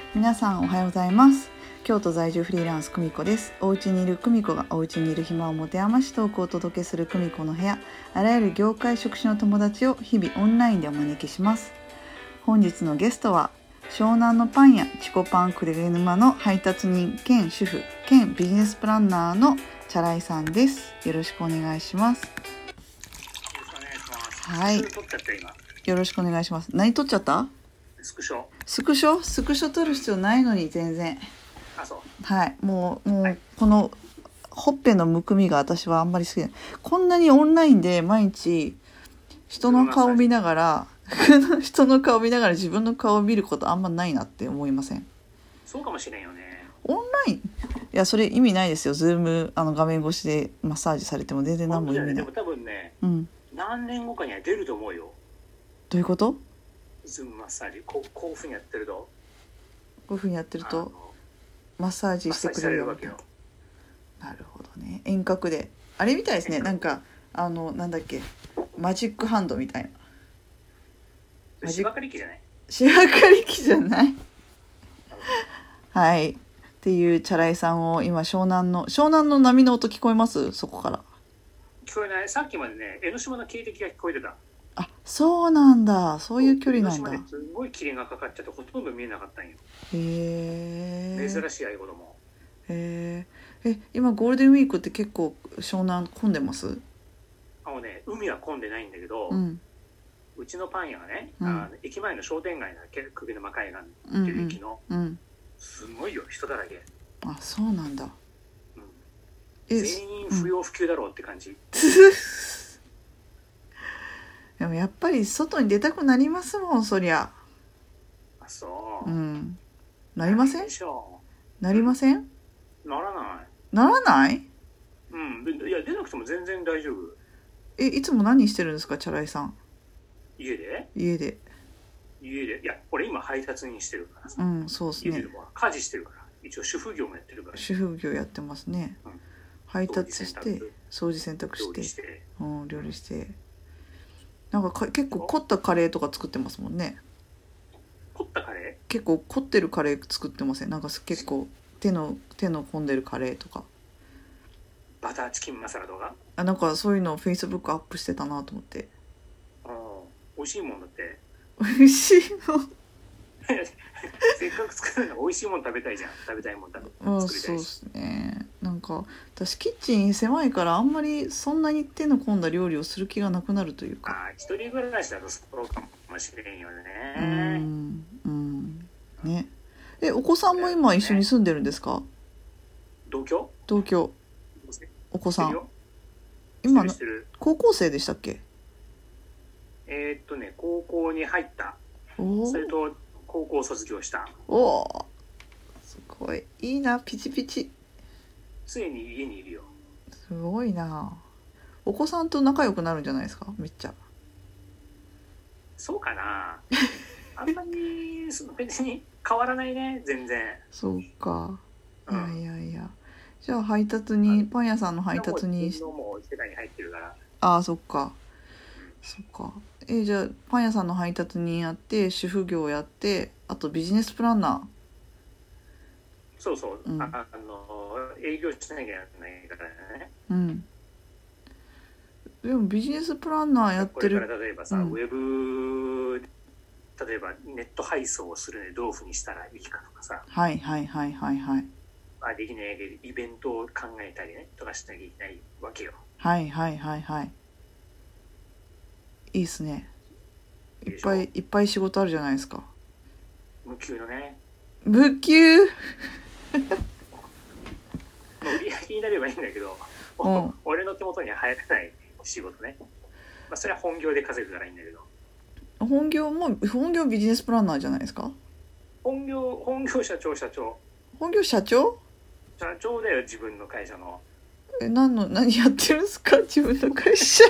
皆さんおはようございます。京都在住フリーランス久美子です。お家にいる久美子がお家にいる暇を持て余しトークをお届けする久美子の部屋。あらゆる業界職種の友達を日々オンラインでお招きします。本日のゲストは湘南のパン屋チコパンくれぐ沼の配達人兼主婦兼ビジネスプランナーのチャライさんです。よろしくお願いします。はい。よろしくお願いします。何撮っちゃった？ スクショ撮る必要ないのに全然。 あ、そう。 はい。もう、はい、このほっぺのむくみが私はあんまり好きない。こんなにオンラインで毎日人の顔見ながら自分の顔を見ることあんまないなって思いません？ そうかもしれんよね。 オンライン、いやそれ意味ないですよ。ズーム画面越しでマッサージされても全然何も意味ない。 でも多分ね、何年後かには出ると思うよ。 どういうこと？ ズームマッサージこういうふうにやってるとマッサージしてくれるわけよ。なるほどね。遠隔であれみたいですね。なんかなんだっけ、マジックハンドみたいな。 芝刈り機じゃない？ 芝刈り機じゃないはいっていうチャライさんを今湘南の波の音聞こえます？そこから聞こえない。さっきまでね江ノ島の警笛が聞こえてた。 あ、そうなんだ。そういう距離なんだ。 すごい霧がかかっちゃってほとんど見えなかったんよ。 へえ。 珍しいああいうことも。 へえ。今ゴールデンウィークって結構湘南混んでます？ 海は混んでないんだけど、うちのパン屋がね、駅前の商店街の久米沼海岸っていう駅の、すごいよ人だらけ。 あ、そうなんだ。 全員不要不急だろうって感じ。 でもやっぱり外に出たくなりますもん、そりゃ。 あ、そう。 なりません？なりません？ ならない。 ならない？ いや出なくても全然大丈夫。 いつも何してるんですか、チャライさん？ 家で。いや、俺今配達人してるからさ。 そうですね。 家でも家事してるから。一応主婦業もやってるから。 主婦業やってますね。配達して掃除洗濯して料理して。なんか結構凝ったカレーとか作ってますもんね。 凝ったカレー？ 結構凝ってるカレー作ってません？なんか結構手の込んでるカレーとか。 バターチキンマサラとか？ なんかそういうのを Facebook アップしてたなと思って。 美味しいもんだって。 美味しいのせっかく作るの美味しいもん食べたいじゃん。食べたいもん作りたいし。 そうですね。なんか私キッチン狭いからあんまりそんなに手の込んだ料理をする気がなくなるというか。 一人暮らしだとそうかもしれんよね。ね。お子さんも今一緒に住んでるんですか？ 同居。 お子さん今高校生でしたっけ？ 高校に入った。それと高校卒業した。 すごいいいな。ピチピチ。 常に家にいるよ。 すごいな。お子さんと仲良くなるんじゃないですか？めっちゃ。 そうかな。あんまり別に変わらないね、全然。 そうか。いや。じゃあパン屋さんの配達に。 もう世界に入ってるから。 そっか。じゃあパン屋さんの配達人やって主婦業やってあとビジネスプランナー。 そう、営業しなきゃいけないからね。 でもビジネスプランナーやってる。 これから例えばさ、ウェブ例えばネット配送をするのにどういうふうにしたらいいかとかさ。 はい。 できないけどイベントを考えたりねとかしなきゃいけないわけよ。 はい。いいっすね。いっぱい仕事あるじゃないですか。 無給のね。 無給。 売り上げになればいいんだけど、俺の手元には入らない仕事ね。それは本業で稼ぐからいいんだけど。 本業ビジネスプランナーじゃないですか。 本業社長。 本業社長だよ、自分の会社の。 何やってるんですか、自分の会社。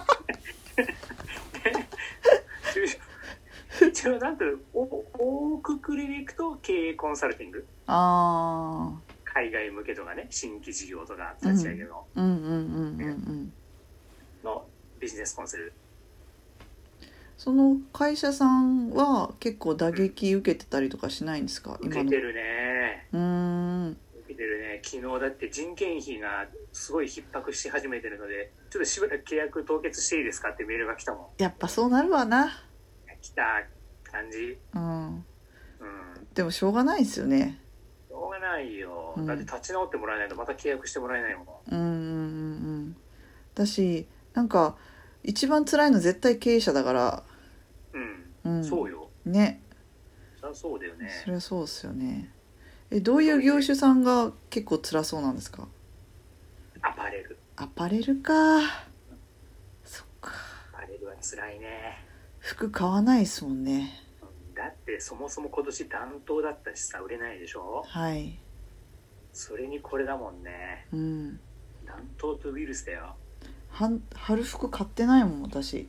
一応なんて大くくりでいくと経営コンサルティング。海外向けとかね、新規事業とか立ち上げののビジネスコンサル。 その会社さんは結構打撃受けてたりとかしないんですか？ 受けてるね。 受けてるね。昨日だって人件費がすごい逼迫し始めてるので、ちょっとしばらく契約凍結していいですかってメールが来たもん。 やっぱそうなるわな。 来た感じ。 でもしょうがないですよね。 しょうがないよ。だって立ち直ってもらえないとまた契約してもらえないもん。 私なんか一番辛いの絶対経営者だから。 そうよ。 ね。 そりゃそうだよね。 そりゃそうですよね。どういう業種さんが結構辛そうなんですか？ アパレル。 アパレルか。そっか。 アパレルは辛いね。 服買わないですもんね。 だってそもそも今年暖冬だったしさ、売れないでしょ。 はい。 それにこれだもんね。暖冬とウイルスだよ。 春服買ってないもん私。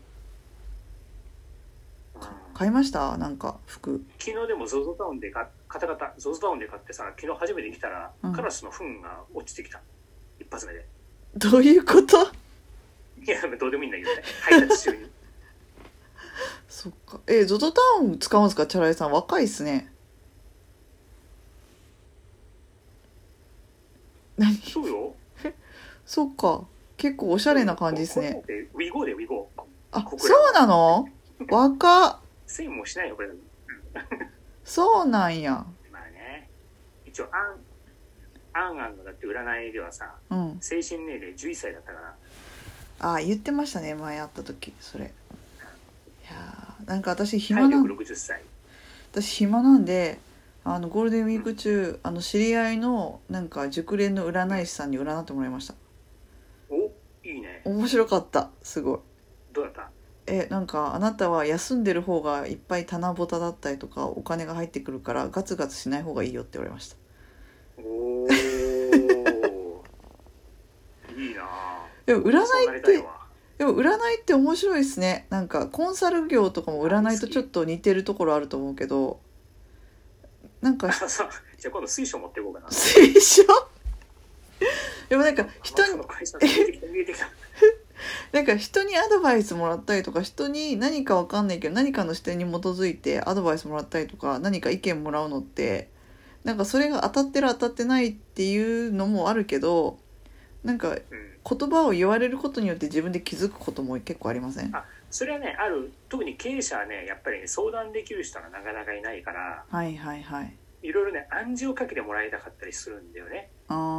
買いました？なんか服。 昨日でも ZOZO タウンでZOZO タウンで買ってさ、昨日初めて来たら、カラスの糞が落ちてきた。一発目で。 どういうこと？ いや、どうでもいいんだけどね。配達中に。 そっか。ZOZO タウン使うんですか？チャライさん若いっすね。何？ そうよ。 そっか。結構おしゃれな感じですね。 ウィゴでウィゴ。 あ、そうなの？若っ。 1000もしないよこれ。 そうなんや。 まあね。一応アンのだって占いではさ、精神年齢11歳だったから。 あ、言ってましたね前会った時それ。いやなんか私体力60歳。 私暇なんでゴールデンウィーク中、知り合いのなんか熟練の占い師さんに占ってもらいました。 お、いいね。 面白かったすごい。 どうだった？ なんかあなたは休んでる方がいっぱい棚ぼただったりとかお金が入ってくるからガツガツしない方がいいよって言われました。 おーいいな。 でも占いって面白いですね。なんかコンサル業とかも占いとちょっと似てるところあると思うけど、なんかじゃあ今度水晶持っていこうかな。 水晶でもなんか人になんか人にアドバイスもらったりとか、人に何かわかんないけど何かの視点に基づいてアドバイスもらったりとか、何か意見もらうのってなんかそれが当たってる当たってないっていうのもあるけど、なんか言葉を言われることによって自分で気づくことも結構ありません？ それはね、ある。特に経営者はね、やっぱり、ね、相談できる人がなかなかいないから、いろいろね、暗示をかけてもらいたかったりするんだよね。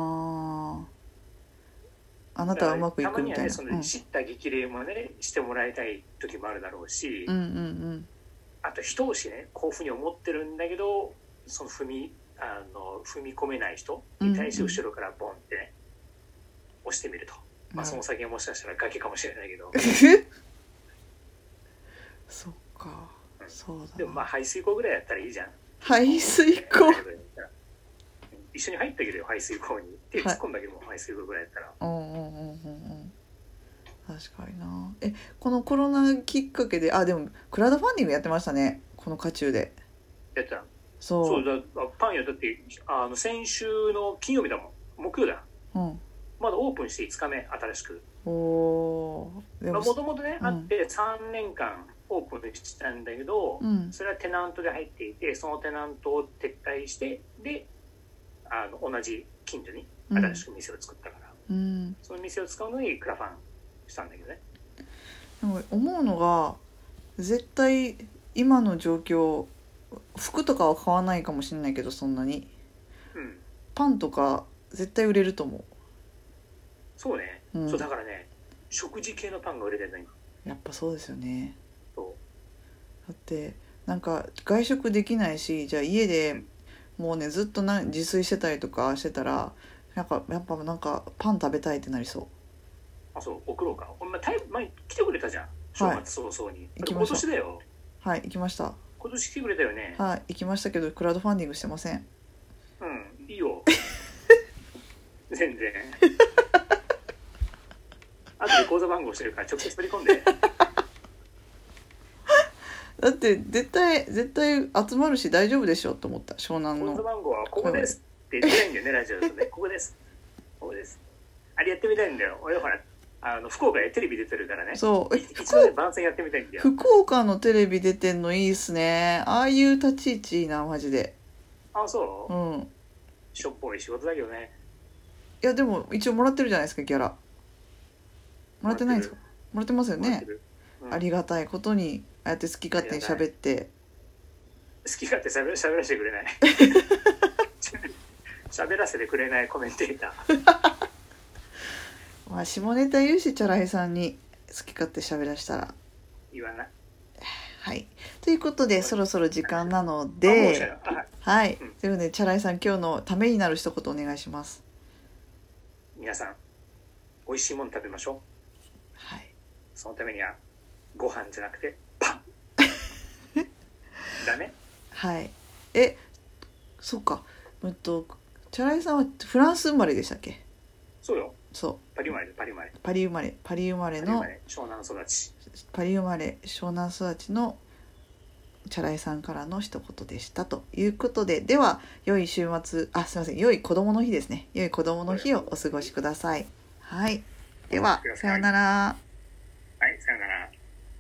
あなたはうまくいくみたいな。たまにはね、 その知った激励もね、してもらいたい時もあるだろうし、あと一押しね、こういうふうに思ってるんだけど、その踏み込めない人に対して後ろからボンってね、押してみると。その先はもしかしたら崖かもしれないけど。 そっか、そうだ。 でも排水溝ぐらいやったらいいじゃん。 排水溝一緒に入ってあげるよ、排水溝に。手突っ込んだけども、排水溝ぐらいやったら。 確かにな。このコロナきっかけで、でもクラウドファンディングやってましたね、この渦中で。 やってた。 そうだ、パン屋だって先週の金曜日だもん、木曜だ。まだオープンして5日目、新しく。もともとね、あって3年間オープンしてたんだけど、それはテナントで入っていて、そのテナントを撤退して、で同じ近所に新しく店を作ったから、その店を使うのにクラファンしたんだけどね。 でも思うのが、絶対今の状況、服とかは買わないかもしれないけど、そんなに、パンとか絶対売れると思う。 そうね、そうだからね、食事系のパンが売れてるの今。 やっぱそうですよね。 そうだってなんか外食できないし、じゃあ家でもうねずっと自炊してたりとかしてたら、やっぱなんかパン食べたいってなりそう。 そう、送ろうか。お前来てくれたじゃん、正月早々に。今年だよ。行きました。 今年来てくれたよね。 行きましたけどクラウドファンディングしてません。 いいよ全然あとで口座番号してるから直接振り込んでだって絶対集まるし大丈夫でしょと思った。湘南の口座番号はここですって言ってないんだよね、ラジオだとね。ここですあれやってみたいんだよ俺。ほら福岡でテレビ出てるからね。 そう一度で番宣やってみたいんだよ。 福岡のテレビ出てんのいいっすね。ああいう立ち位置いいなマジで。 あ、そう。 うん。 しょっぽい仕事だけどね。 いやでも一応もらってるじゃないですかギャラ。もらってないんですか？もらってますよね。ありがたいことにああやって好き勝手に喋って。 好き勝手喋らせてくれない。喋らせてくれないコメンテーター。 まあ下ネタ言うしチャラいさんに好き勝手喋らしたら言わない。 はい。ということでそろそろ時間なので、はい。というのでチャラいさん今日のためになる一言お願いします。 皆さん美味しいもの食べましょう。 はい。 そのためにはご飯じゃなくてパン。だね。 はい。そっか。チャラいさんはフランス生まれでしたっけ？ そうよ。 そう。 パリ生まれ。パリ生まれの湘南育ち。 パリ生まれ湘南育ちのチャラいさんからの一言でしたということで、では良い週末、すいません、良い子供の日ですね。良い子供の日をお過ごしください。はい。ではさようなら。 はい、さようなら。